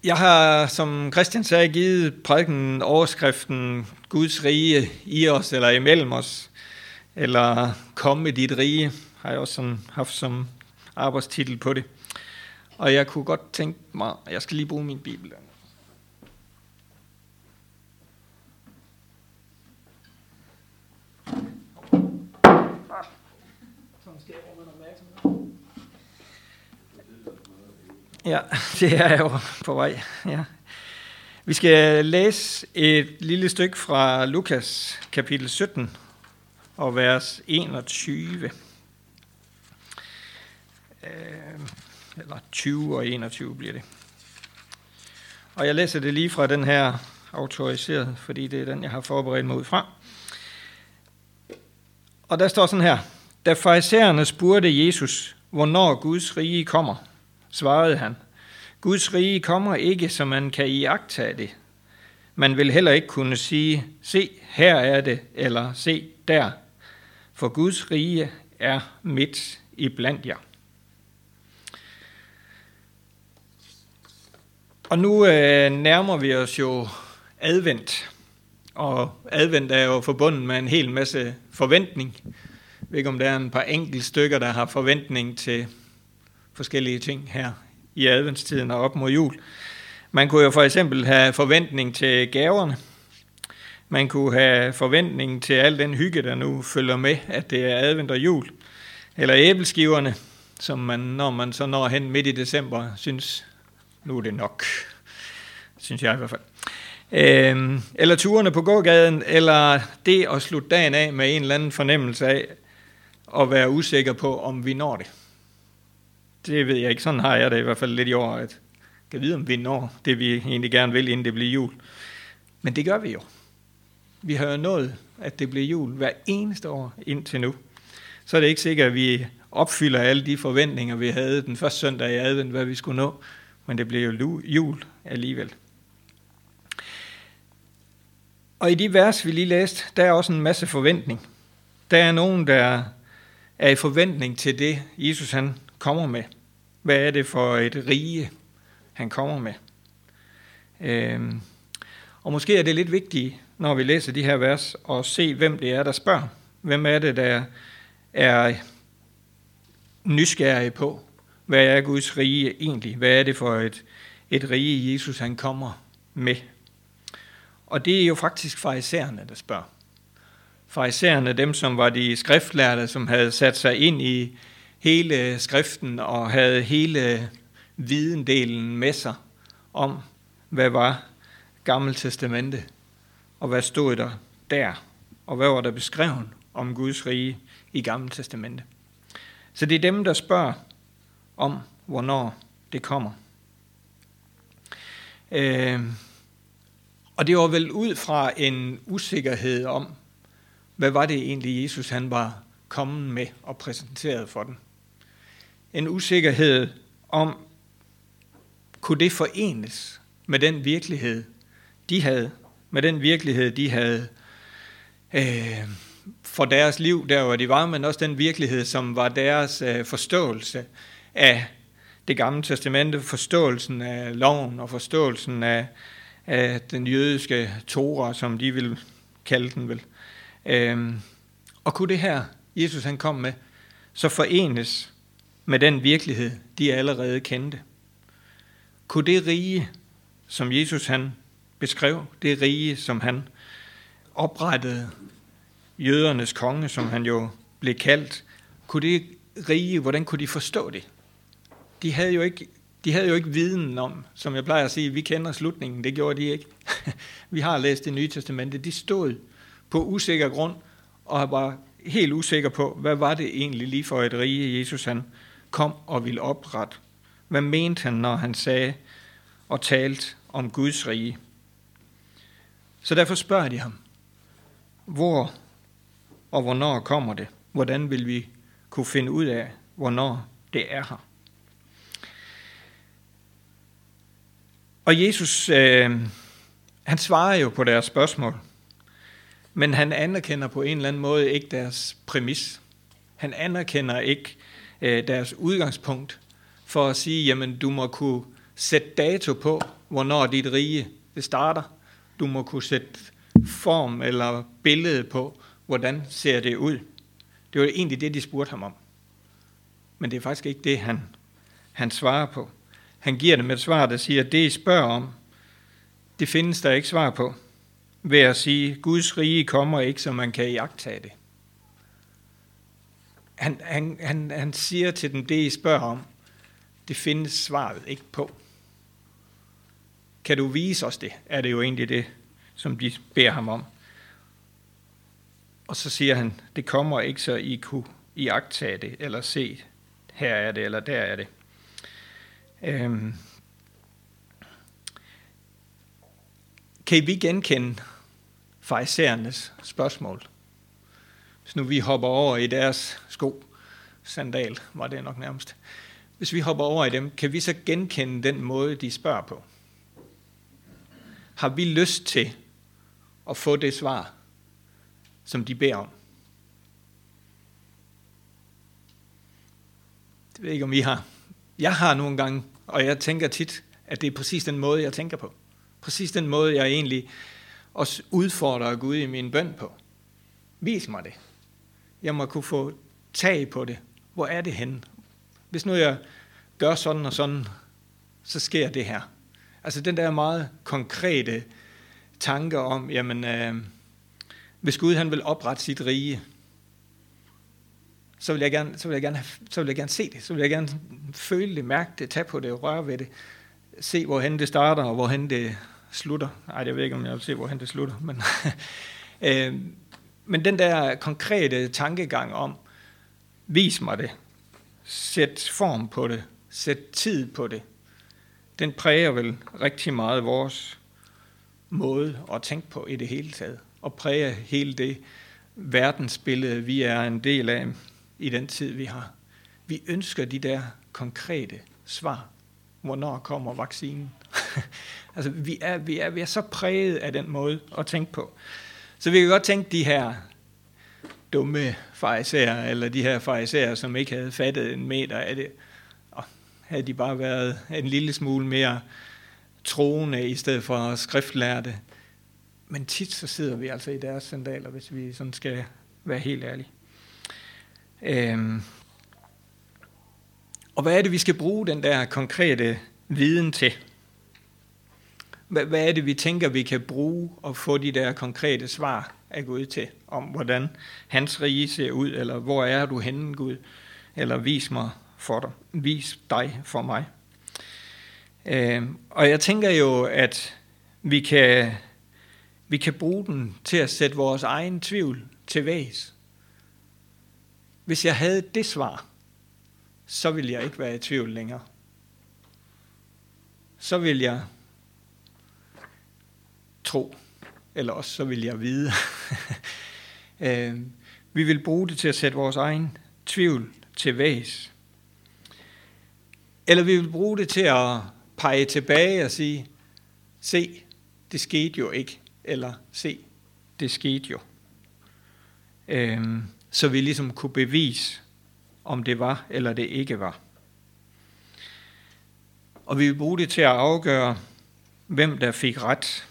Jeg har, som Christian sagde, givet prædiken overskriften Guds rige i os eller imellem os, eller Kom med dit rige, har jeg også sådan haft som arbejdstitel på det. Og jeg kunne godt tænke mig, jeg skal lige bruge min bibel. Ja, det er jeg jo på vej. Ja. Vi skal læse et lille stykke fra Lukas kapitel 17 og vers 21. Eller 20 og 21 bliver det. Og jeg læser det lige fra den her autoriseret, fordi det er den, jeg har forberedt mig ud fra. Og der står sådan her: Da farisæerne spurgte Jesus, hvornår Guds rige kommer, svarede han: Guds rige kommer ikke, så man kan iagttage det. Man vil heller ikke kunne sige, se, her er det, eller se, der. For Guds rige er midt iblandt jer. Og nu nærmer vi os jo advent. Og advent er jo forbundet med en hel masse forventning. Jeg ved ikke, om der er en par enkelte stykker, der har forventning til forskellige ting her i adventstiden og op mod jul. Man kunne jo for eksempel have forventning til gaverne. Man kunne have forventning til al den hygge, der nu følger med, at det er advent og jul. Eller æbleskiverne, som man, når man så når hen midt i december, synes, nu er det nok. Synes jeg i hvert fald. Eller turene på gågaden, eller det at slutte dagen af med en eller anden fornemmelse af at være usikker på, om vi når det. Det ved jeg ikke. Sådan har jeg det i hvert fald lidt i år, at jeg kan vide, om vi når det, vi egentlig gerne vil, inden det bliver jul. Men det gør vi jo. Vi har jo nået, at det bliver jul hver eneste år indtil nu. Så er det ikke sikkert, at vi opfylder alle de forventninger, vi havde den første søndag i advent, hvad vi skulle nå. Men det bliver jo jul alligevel. Og i de vers, vi lige læste, der er også en masse forventning. Der er nogen, der er i forventning til det, Jesus han kommer med. Hvad er det for et rige, han kommer med? Og måske er det lidt vigtigt, når vi læser de her vers, at se, hvem det er, der spørger. Hvem er det, der er nysgerrig på? Hvad er Guds rige egentlig? Hvad er det for et rige, Jesus han kommer med? Og det er jo faktisk farisæerne, der spørger. Farisæerne, dem som var de skriftlærde, som havde sat sig ind i hele skriften og havde hele videndelen med sig om, hvad var Gamle Testamente, og hvad stod der, og hvad var der beskrevet om Guds rige i Gamle Testamente. Så det er dem, der spørger om, hvornår det kommer. Og det var vel ud fra en usikkerhed om, hvad var det egentlig, Jesus han var kommet med og præsenteret for dem. En usikkerhed om, kunne det forenes med den virkelighed, de havde, med den virkelighed, de havde for deres liv, der hvor de var, men også den virkelighed, som var deres forståelse af det Gamle Testamente, forståelsen af loven og forståelsen af den jødiske Torah, som de vil kalde den vel. Og kunne det her, Jesus han kom med, så forenes med den virkelighed, de allerede kendte? Kunne det rige, som Jesus han beskrev, det rige, som han oprettede, jødernes konge, som han jo blev kaldt, kunne det rige, hvordan kunne de forstå det? De havde jo ikke viden om, som jeg plejer at sige, vi kender slutningen, det gjorde de ikke. Vi har læst det Nye Testamente, de stod på usikker grund og var helt usikker på, hvad var det egentlig lige for et rige, Jesus han kom og ville oprette. Hvad mente han, når han sagde og talte om Guds rige? Så derfor spørger de ham, hvor og hvornår kommer det? Hvordan vil vi kunne finde ud af, hvornår det er her? Og Jesus, han svarer jo på deres spørgsmål, men han anerkender på en eller anden måde ikke deres præmis. Han anerkender ikke deres udgangspunkt for at sige, jamen du må kunne sætte dato på, hvornår dit rige det starter. Du må kunne sætte form eller billede på, hvordan ser det ud. Det var egentlig det, de spurgte ham om. Men det er faktisk ikke det, han svarer på. Han giver dem et svar, der siger, at det I spørger om, det findes der ikke svar på. Ved at sige, Guds rige kommer ikke, så man kan iagttage det. Han siger til dem, det I spørger om, det findes svaret ikke på. Kan du vise os det? Er det jo egentlig det, som de beder ham om. Og så siger han, det kommer ikke, så I kunne iagttage det, eller se, her er det, eller der er det. Kan vi genkende farisæernes spørgsmål? Hvis nu vi hopper over i deres sko, sandal var det nok nærmest. Hvis vi hopper over i dem, kan vi så genkende den måde, de spørger på? Har vi lyst til at få det svar, som de beder om? Det ved jeg ikke, om I har. Jeg har nogle gange, og jeg tænker tit, at det er præcis den måde, jeg tænker på. Præcis den måde, jeg egentlig også udfordrer Gud i min bøn på. Vis mig det. Jeg må kunne få tag på det. Hvor er det henne? Hvis nu jeg gør sådan og sådan, så sker det her. Altså den der meget konkrete tanke om, jamen, hvis Gud han vil oprette sit rige, så vil jeg gerne se det. Så vil jeg gerne føle det, mærke det, tage på det, røre ved det. Se, hvorhen det starter, og hvorhen det slutter. Ej, jeg ved ikke, om jeg vil se, hvorhen det slutter. Men den der konkrete tankegang om, vis mig det, sæt form på det, sæt tid på det, den præger vel rigtig meget vores måde at tænke på i det hele taget, og præger hele det verdensbillede, vi er en del af i den tid, vi har. Vi ønsker de der konkrete svar. Hvornår kommer vaccinen? Altså, vi er så præget af den måde at tænke på. Så vi kan godt tænke de her dumme farisæer, eller de her farisæer, som ikke havde fattet en meter af det, og havde de bare været en lille smule mere troende i stedet for skriftlærte. Men tit så sidder vi altså i deres sandaler, hvis vi sådan skal være helt ærlige. Og hvad er det, vi skal bruge den der konkrete viden til? Hvad er det, vi tænker, vi kan bruge og få de der konkrete svar af Gud til, om hvordan hans rige ser ud, eller hvor er du henne, Gud, eller vis mig for dig, vis dig for mig. Og jeg tænker jo, at vi kan bruge den til at sætte vores egen tvivl til vægs. Hvis jeg havde det svar, så ville jeg ikke være i tvivl længere. Så vil jeg tro, eller også så vil jeg vide. Vi vil bruge det til at sætte vores egen tvivl til vægs. Eller vi vil bruge det til at pege tilbage og sige, se, det skete jo ikke, eller se, det skete jo. Så vi ligesom kunne bevise, om det var eller det ikke var. Og vi vil bruge det til at afgøre, hvem der fik ret.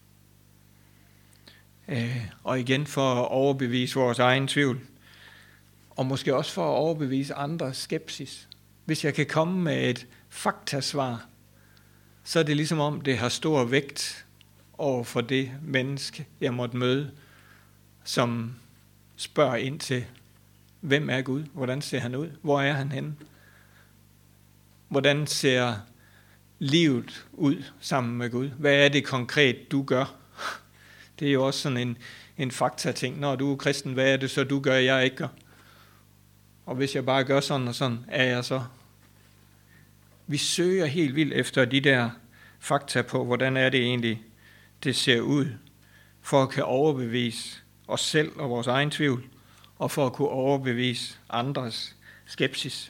Og igen for at overbevise vores egen tvivl. Og måske også for at overbevise andres skepsis. Hvis jeg kan komme med et faktasvar, så er det ligesom om det har stor vægt over for det menneske, jeg måtte møde, som spørger ind til, hvem er Gud? Hvordan ser han ud? Hvor er han henne? Hvordan ser livet ud sammen med Gud? Hvad er det konkret, du gør? Det er jo også sådan en fakta-ting. Når du er kristen, hvad er det så, du gør, jeg ikke gør? Og hvis jeg bare gør sådan og sådan, er jeg så? Vi søger helt vildt efter de der fakta på, hvordan er det egentlig, det ser ud, for at kan overbevise os selv og vores egen tvivl, og for at kunne overbevise andres skepsis.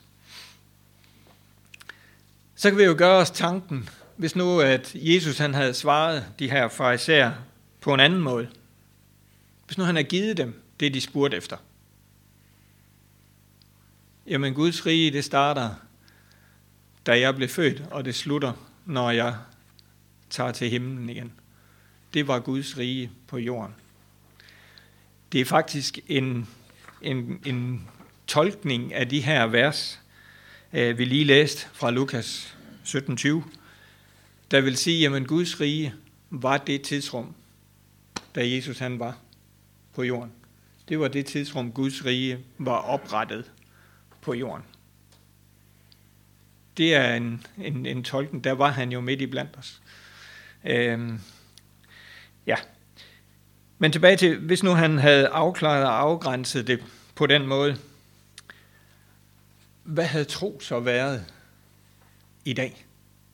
Så kan vi jo gøre os tanken, hvis nu at Jesus han havde svaret de her farisæer på en anden måde. Hvis nu han havde givet dem det, de spurgte efter. Jamen Guds rige, det starter, da jeg blev født, og det slutter, når jeg tager til himlen igen. Det var Guds rige på jorden. Det er faktisk en tolkning af de her vers, vi lige læste fra Lukas 17:20, der vil sige, at Guds rige var det tidsrum, da Jesus han var på jorden. Det var det tidsrum, Guds rige var oprettet på jorden. Det er en tolkning. Der var han jo midt i blandt os. Ja. Men tilbage til, hvis nu han havde afklaret og afgrænset det på den måde, hvad havde tro så været i dag?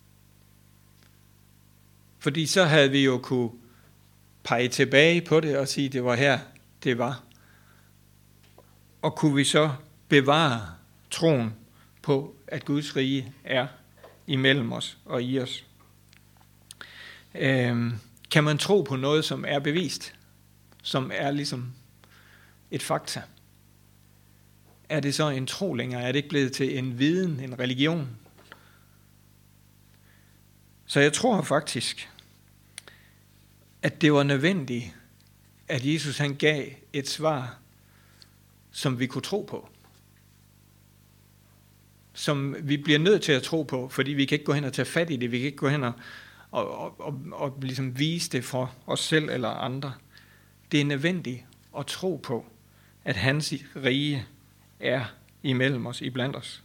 Fordi så havde vi jo kunne pege tilbage på det og sige, det var her, det var. Og kunne vi så bevare troen på, at Guds rige er imellem os og i os? Kan man tro på noget, som er bevist? Som er ligesom et fakta? Er det så en tro længere? Er det ikke blevet til en viden, en religion? Så jeg tror faktisk, at det var nødvendigt, at Jesus han gav et svar, som vi kunne tro på. Som vi bliver nødt til at tro på, fordi vi kan ikke gå hen og tage fat i det. Vi kan ikke gå hen og ligesom vise det for os selv eller andre. Det er nødvendigt at tro på, at hans rige er imellem os, iblandt os.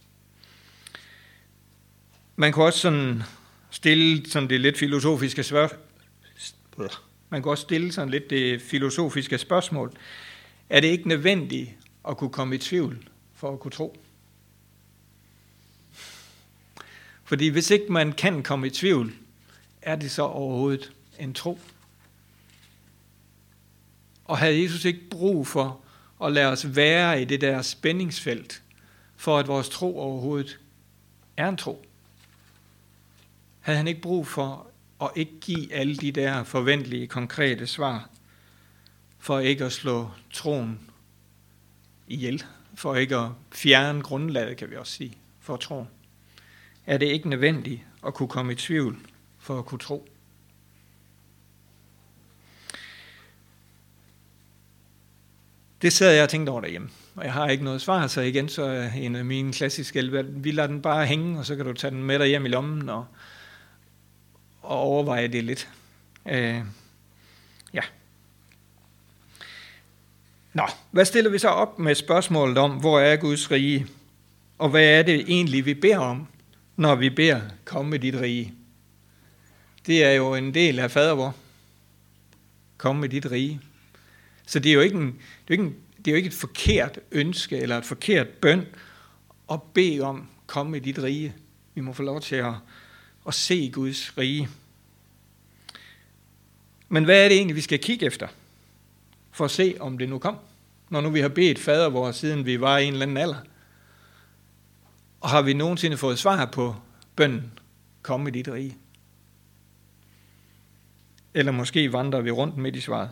Man kan også sådan stille sådan det lidt filosofiske spørgsmål. Er det ikke nødvendigt at kunne komme i tvivl for at kunne tro? Fordi hvis ikke man kan komme i tvivl, er det så overhovedet en tro? Og havde Jesus ikke brug for at lade os være i det der spændingsfelt, for at vores tro overhovedet er en tro? Havde han ikke brug for at ikke give alle de der forventelige, konkrete svar, for ikke at slå troen ihjel, for ikke at fjerne grundlaget, kan vi også sige, for troen? Er det ikke nødvendigt at kunne komme i tvivl for at kunne tro? Det sad jeg og tænkte over derhjemme, og jeg har ikke noget svar, så igen så er en af mine klassiske, vi lader den bare hænge, og så kan du tage den med dig hjem i lommen og overveje det lidt. Ja. Nå, hvad stiller vi så op med spørgsmålet om, hvor er Guds rige? Og hvad er det egentlig, vi beder om, når vi beder, kom med dit rige? Det er jo en del af fadervor. Kom med dit rige. Så det er jo ikke et forkert ønske eller et forkert bøn at bede om, kom med dit rige. Vi må få lov til at se Guds rige. Men hvad er det egentlig, vi skal kigge efter, for at se, om det nu kom? Når nu vi har bedt fadervor, siden vi var i en eller anden alder. Og har vi nogensinde fået svar på bønnen, kom med dit rige? Eller måske vandrer vi rundt midt i svaret.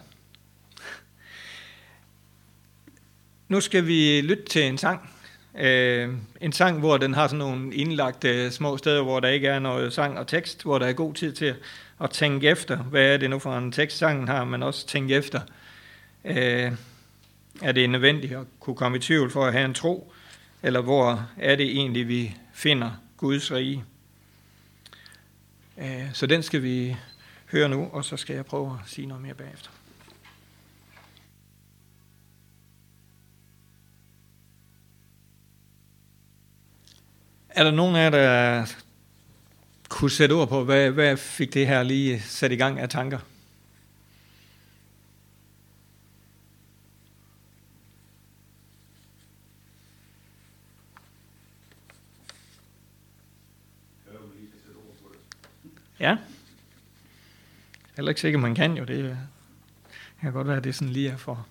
Nu skal vi lytte til en sang. En sang, hvor den har sådan nogle indlagte små steder, hvor der ikke er noget sang og tekst, hvor der er god tid til at tænke efter, hvad er det nu for en tekst sangen har, men også tænke efter. Er det nødvendigt at kunne komme i tvivl for at have en tro, eller hvor er det egentlig, vi finder Guds rige? Så den skal vi høre nu, og så skal jeg prøve at sige noget mere bagefter. Er der nogen af jer, der kunne sætte ord på, hvad fik det her lige sat i gang af tanker? Ja. Heller ikke sikkert, man kan jo. Det kan godt være, at det sådan lige er for.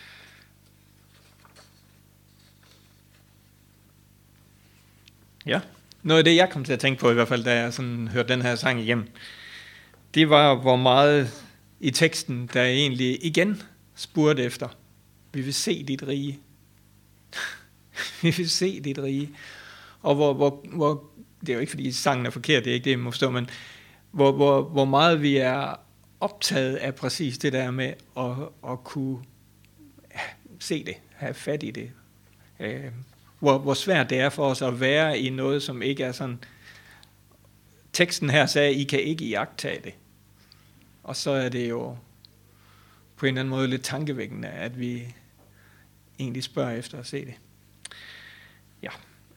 Ja. Noget af det, jeg kom til at tænke på i hvert fald, da jeg sådan hørte den her sang igennem, det var, hvor meget i teksten, der egentlig igen spurgte efter, vi vil se dit rige. Vi vil se dit rige. Og hvor, det er jo ikke, fordi sangen er forkert, det er ikke det, man må forstå, men hvor meget vi er optaget af præcis det der med at kunne se det, have fat i det. Hvor svært det er for os at være i noget, som ikke er sådan. Teksten her sagde, I kan ikke iagttage det. Og så er det jo på en eller anden måde lidt tankevækkende, at vi egentlig spørger efter at se det. Ja.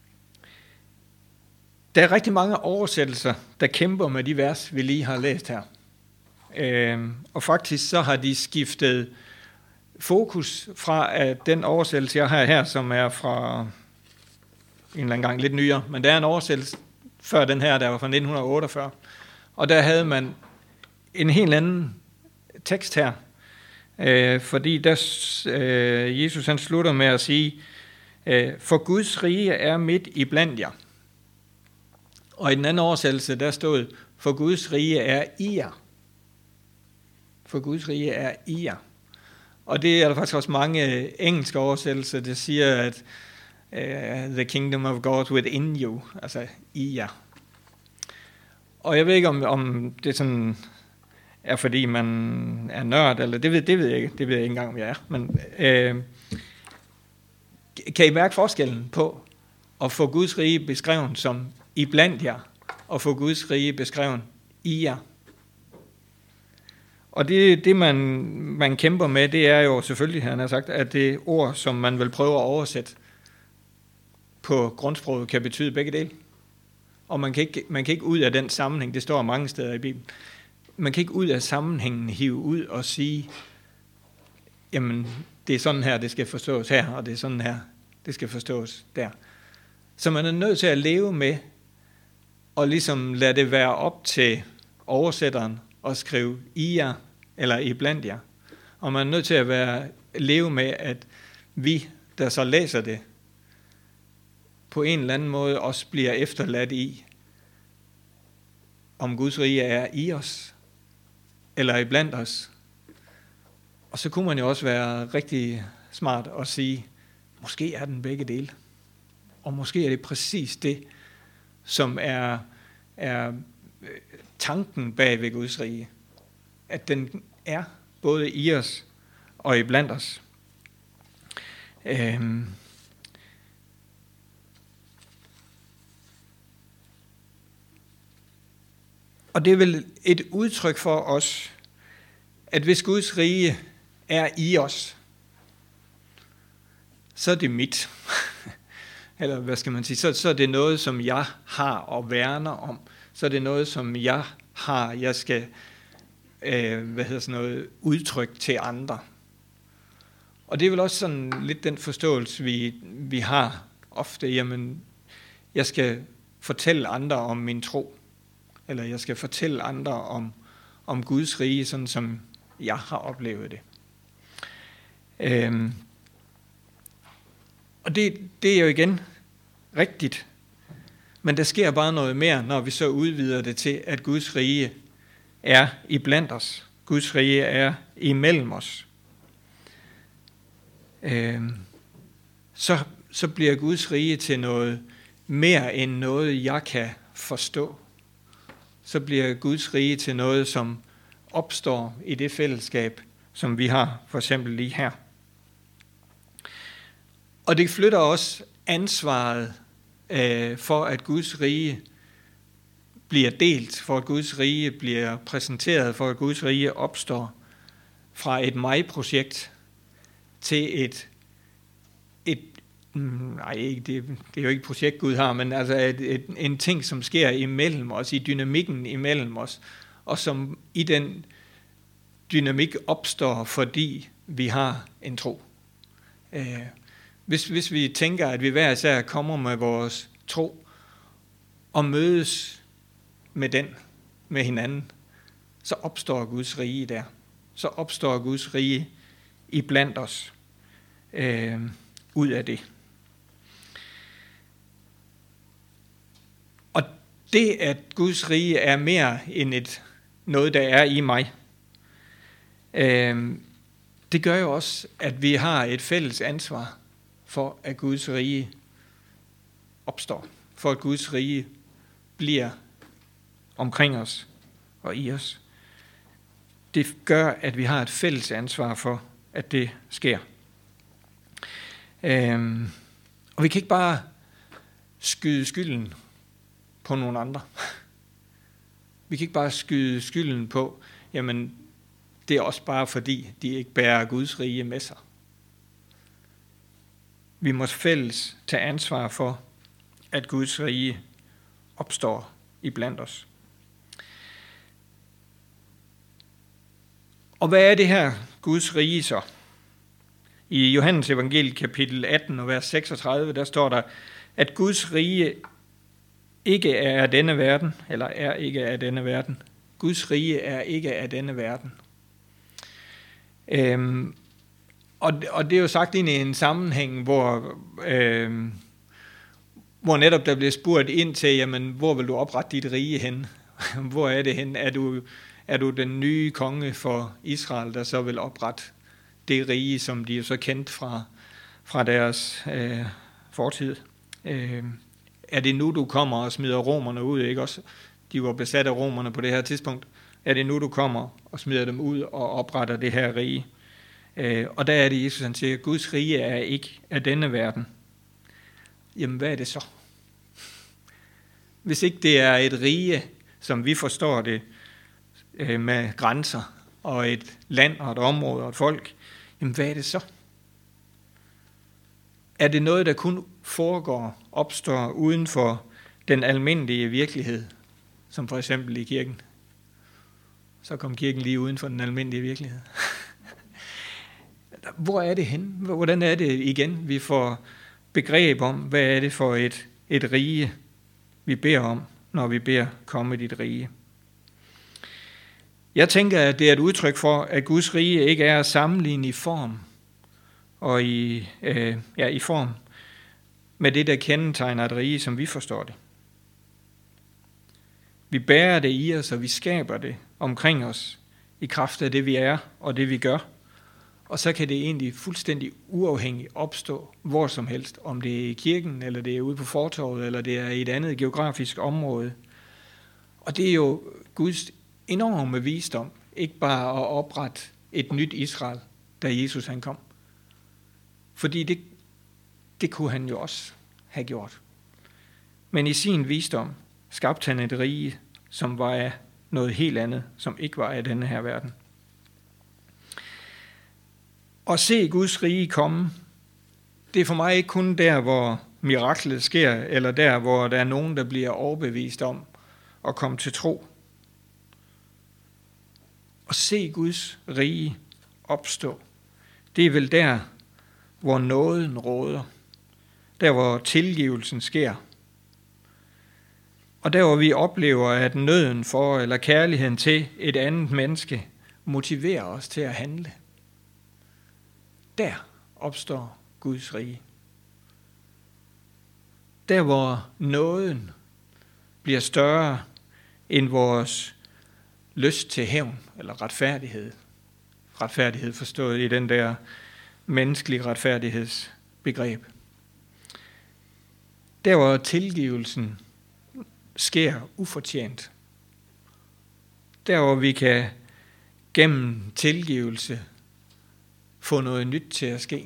Der er rigtig mange oversættelser, der kæmper med de vers, vi lige har læst her. Og faktisk så har de skiftet fokus fra at den oversættelse, jeg har her, som er fra en eller anden gang lidt nyere, men der er en oversættelse før den her, der var fra 1948, og der havde man en helt anden tekst her, fordi der Jesus han slutter med at sige, for Guds rige er midt i blandt jer. Og i den anden oversættelse, der stod, for Guds rige er i jer. For Guds rige er i jer. Og det er der faktisk også mange engelske oversættelser, der siger, at the kingdom of God within you, altså i jer. Og jeg ved ikke, om det sådan er, fordi man er nørd, eller det ved jeg ikke. Det ved jeg ikke engang, om jeg er. Men kan I mærke forskellen på at få Guds rige beskrevet som i blandt jer, og få Guds rige beskrevet i jer? Og det man kæmper med, det er jo selvfølgelig, han har sagt, at det ord, som man vil prøve at oversætte på grundsproget, kan betyde begge dele. Og man kan ikke ud af den sammenhæng, det står mange steder i Bibelen, man kan ikke ud af sammenhængen hive ud og sige, jamen det er sådan her, det skal forstås her, og det er sådan her, det skal forstås der. Så man er nødt til at leve med, og ligesom lade det være op til oversætteren at skrive i jer, eller i blandt jer. Og man er nødt til at leve med, at vi, der så læser det, på en eller anden måde også bliver efterladt i, om Guds rige er i os, eller i blandt os. Og så kunne man jo også være rigtig smart og sige, måske er den begge dele. Og måske er det præcis det, som er tanken bag ved Guds rige. At den er både i os og i blandt os. Og det er vel et udtryk for os, at hvis Guds rige er i os, så er det mit. Eller hvad skal man sige, så er det noget, som jeg har og værner om. Så er det noget, som jeg skal udtrykke til andre. Og det er vel også sådan lidt den forståelse, vi har ofte. Jamen, jeg skal fortælle andre om min tro. Eller jeg skal fortælle andre om Guds rige, sådan som jeg har oplevet det. Og det er jo igen rigtigt. Men der sker bare noget mere, når vi så udvider det til, at Guds rige er iblandt os. Guds rige er imellem os. Så bliver Guds rige til noget mere end noget, jeg kan forstå. Så bliver Guds rige til noget, som opstår i det fællesskab, som vi har, for eksempel lige her. Og det flytter også ansvaret for, at Guds rige bliver delt, for at Guds rige bliver præsenteret, for at Guds rige opstår fra et mig-projekt til det er jo ikke et projekt, Gud har, men altså en ting, som sker imellem os, i dynamikken imellem os, og som i den dynamik opstår, fordi vi har en tro. Hvis vi tænker, at vi hver især kommer med vores tro og mødes med hinanden, så opstår Guds rige der. Så opstår Guds rige iblandt os ud af det. Og det, at Guds rige er mere end noget, der er i mig, det gør jo også, at vi har et fælles ansvar for, at Guds rige opstår. For at Guds rige bliver omkring os. og i os. Det gør, at vi har et fælles ansvar for, at det sker. Og vi kan ikke bare skyde skylden på nogle andre. Vi kan ikke bare skyde skylden på, jamen det er også bare fordi, de ikke bærer Guds rige med sig. Vi må fælles tage ansvar for, at Guds rige opstår iblandt os. Og hvad er det her Guds rige så? I Johannes evangeliet kapitel 18 og vers 36, der står der, at Guds rige ikke er af denne verden, eller er ikke af denne verden. Guds rige er ikke af denne verden. Og det er jo sagt ind i en sammenhæng, hvor netop der bliver spurgt ind til, jamen, hvor vil du oprette dit rige hen? Hvor er det hen? Er du den nye konge for Israel, der så vil oprette det rige, som de jo så kendt fra deres fortid? Er det nu, du kommer og smider romerne ud? Ikke også? De var besat af romerne på det her tidspunkt. Er det nu, du kommer og smider dem ud og opretter det her rige? Og der er det, Jesus han siger, at Guds rige er ikke af denne verden. Jamen, hvad er det så? Hvis ikke det er et rige, som vi forstår det, med grænser og et land og et område og et folk, jamen, hvad er det så? Er det noget, der kun opstår uden for den almindelige virkelighed, som for eksempel i kirken? Så kom kirken lige uden for den almindelige virkelighed. Hvor er det henne? Hvordan er det igen, vi får begreb om, hvad er det for et rige, vi beder om, når vi beder komme dit rige? Jeg tænker, at det er et udtryk for, at Guds rige ikke er at sammenligne i form, og i form med det, der kendetegner et rige, som vi forstår det. Vi bærer det i os, og vi skaber det omkring os, i kraft af det, vi er og det, vi gør. Og så kan det egentlig fuldstændig uafhængigt opstå hvor som helst, om det er i kirken, eller det er ude på fortovet, eller det er i et andet geografisk område. Og det er jo Guds enorme visdom, ikke bare at oprette et nyt Israel, da Jesus han kom. Fordi det kunne han jo også have gjort. Men i sin visdom skabte han et rige, som var af noget helt andet, som ikke var af denne her verden. At se Guds rige komme, det er for mig ikke kun der, hvor miraklet sker, eller der, hvor der er nogen, der bliver overbevist om at komme til tro. At se Guds rige opstå, det er vel der, hvor nåden råder, der hvor tilgivelsen sker, og der hvor vi oplever, at nøden for eller kærligheden til et andet menneske motiverer os til at handle. Der opstår Guds rige. Der hvor nåden bliver større end vores lyst til hævn eller retfærdighed. Retfærdighed forstået i den der menneskelige retfærdighedsbegreb. Der hvor tilgivelsen sker ufortjent. Der hvor vi kan gennem tilgivelse få noget nyt til at ske.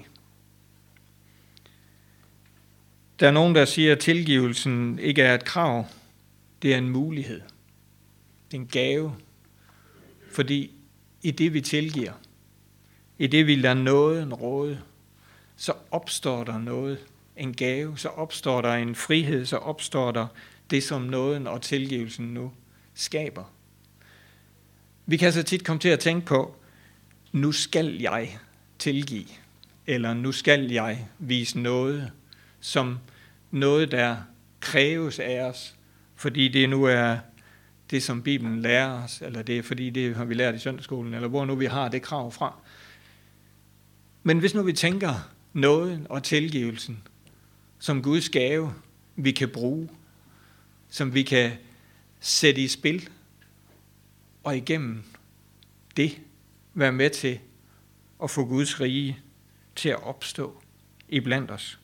Der er nogen, der siger, at tilgivelsen ikke er et krav, det er en mulighed. Det er en gave. Fordi i det vi tilgiver, i det vi lader nåden råde, så opstår der noget, en gave, så opstår der en frihed, så opstår der det, som nåden og tilgivelsen nu skaber. Vi kan så tit komme til at tænke på, nu skal jeg tilgive, eller nu skal jeg vise noget, som noget, der kræves af os, fordi det nu er det, som Bibelen lærer os, eller det er fordi, det har vi lært i søndagsskolen, eller hvor nu vi har det krav fra. Men hvis nu vi tænker nåden og tilgivelsen som Guds gave, vi kan bruge, som vi kan sætte i spil, og igennem det være med til at få Guds rige til at opstå iblandt os,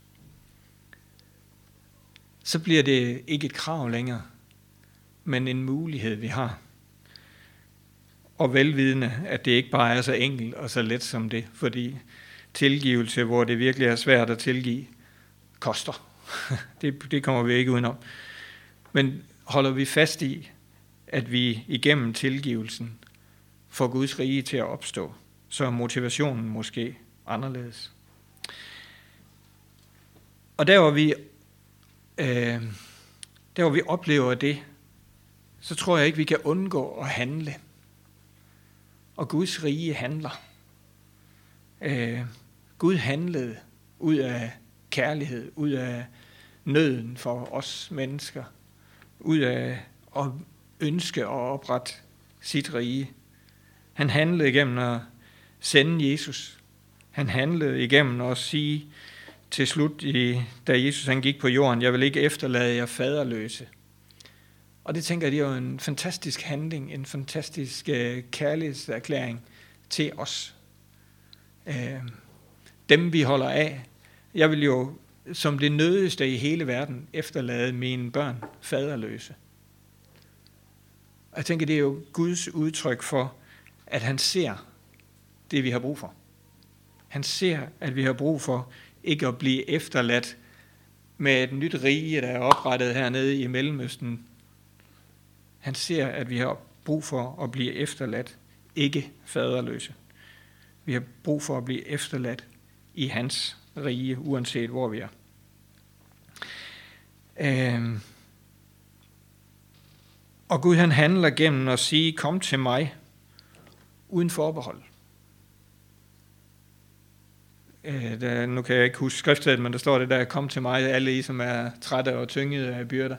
så bliver det ikke et krav længere, men en mulighed, vi har. og velvidende, at det ikke bare er så enkelt og så let som det, fordi tilgivelse, hvor det virkelig er svært at tilgive, koster. Det kommer vi ikke udenom. Men holder vi fast i, at vi igennem tilgivelsen får Guds rige til at opstå, så er motivationen måske anderledes. Og der hvor vi oplever det, så tror jeg ikke, vi kan undgå at handle. Og Guds rige handler. Gud handlede ud af kærlighed, ud af nøden for os mennesker, ud af at ønske at oprette sit rige. Han handlede igennem at sende Jesus. Han handlede igennem at sige til slut, da Jesus han gik på jorden, jeg vil ikke efterlade jer faderløse. Og det tænker jeg, det er jo en fantastisk handling, en fantastisk kærlighedserklæring til os. Dem vi holder af. Jeg vil jo som det nødigste i hele verden efterlade mine børn faderløse. Og jeg tænker, det er jo Guds udtryk for, at han ser det, vi har brug for. Han ser, at vi har brug for ikke at blive efterladt med et nyt rige, der er oprettet hernede i Mellemøsten. Han ser, at vi har brug for at blive efterladt, ikke faderløse. Vi har brug for at blive efterladt i hans rige, uanset hvor vi er. Og Gud han handler gennem at sige, kom til mig, uden forbehold. Nu kan jeg ikke huske skriftstedet, men der står det der, kom til mig, alle I, som er trætte og tyngede af byrder.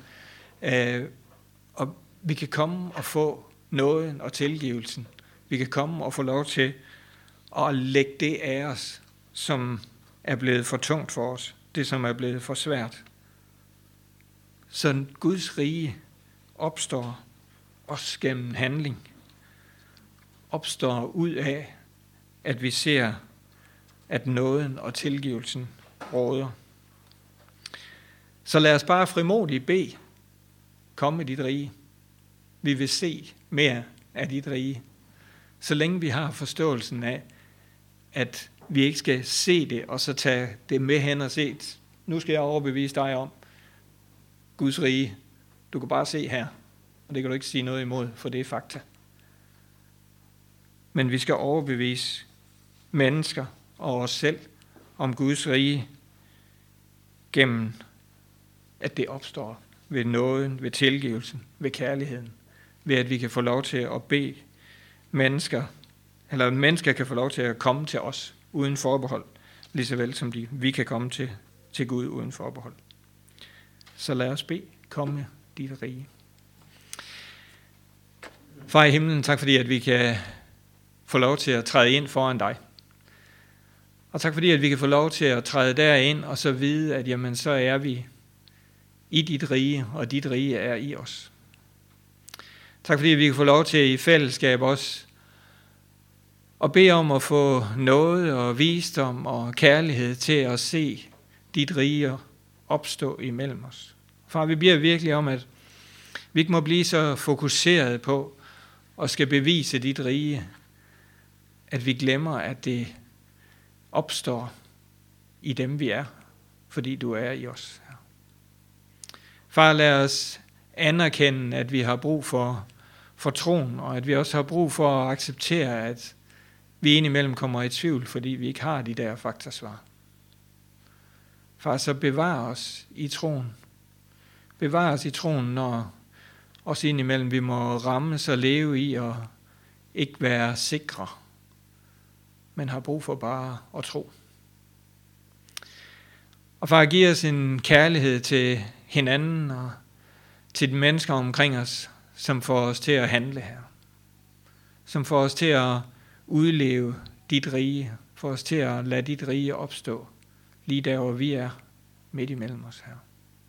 Og vi kan komme og få nåden og tilgivelsen. Vi kan komme og få lov til at lægge det af os, som er blevet for tungt for os. Det, som er blevet for svært. Så Guds rige opstår også gennem handling. Opstår ud af, at vi ser, at nåden og tilgivelsen råder. Så lad os bare frimodigt bede, kom med dit rige. Vi vil se mere af dit rige. Så længe vi har forståelsen af, at vi ikke skal se det, og så tage det med hen og se, nu skal jeg overbevise dig om Guds rige. Du kan bare se her, og det kan du ikke sige noget imod, for det er fakta. Men vi skal overbevise mennesker og os selv om Guds rige gennem, at det opstår ved nåden, ved tilgivelsen, ved kærligheden, ved at vi kan få lov til at bede mennesker, eller mennesker kan få lov til at komme til os uden forbehold, lige så vel som vi kan komme til Gud uden forbehold. Så lad os bede, komme dit rige. Far i himlen, tak fordi at vi kan få lov til at træde ind foran dig. Og tak fordi at vi kan få lov til at træde derind og så vide, at jamen, så er vi i dit rige, og dit rige er i os. Tak fordi vi kan få lov til i fællesskab også at bede om at få noget og visdom og kærlighed til at se dit rige opstå imellem os. Far, vi beder virkelig om, at vi ikke må blive så fokuseret på at skal bevise dit rige, at vi glemmer, at det opstår i dem, vi er, fordi du er i os. Far, lad os anerkende, at vi har brug for troen, og at vi også har brug for at acceptere, at vi indimellem kommer i tvivl, fordi vi ikke har de der faktasvar. Far, så bevar os i troen. Bevar os i troen, når også indimellem vi må rammes og leve i og ikke være sikre, men har brug for bare at tro. Og far, giv os en kærlighed til hinanden og til de mennesker omkring os, som får os til at handle her. Som får os til at udleve dit rige, får os til at lade dit rige opstå, lige der, hvor vi er midt imellem os her.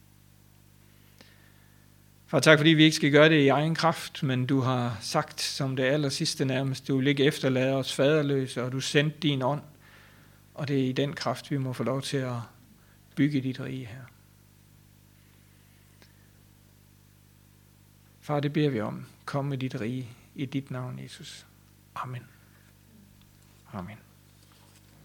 Far, tak fordi vi ikke skal gøre det i egen kraft, men du har sagt som det aller sidste nærmest, du vil ikke efterlade os faderløse, og du sendte din ånd, og det er i den kraft, vi må få lov til at bygge dit rige her. Far, det beder vi om. Kom med dit rige i dit navn, Jesus. Amen. Amen.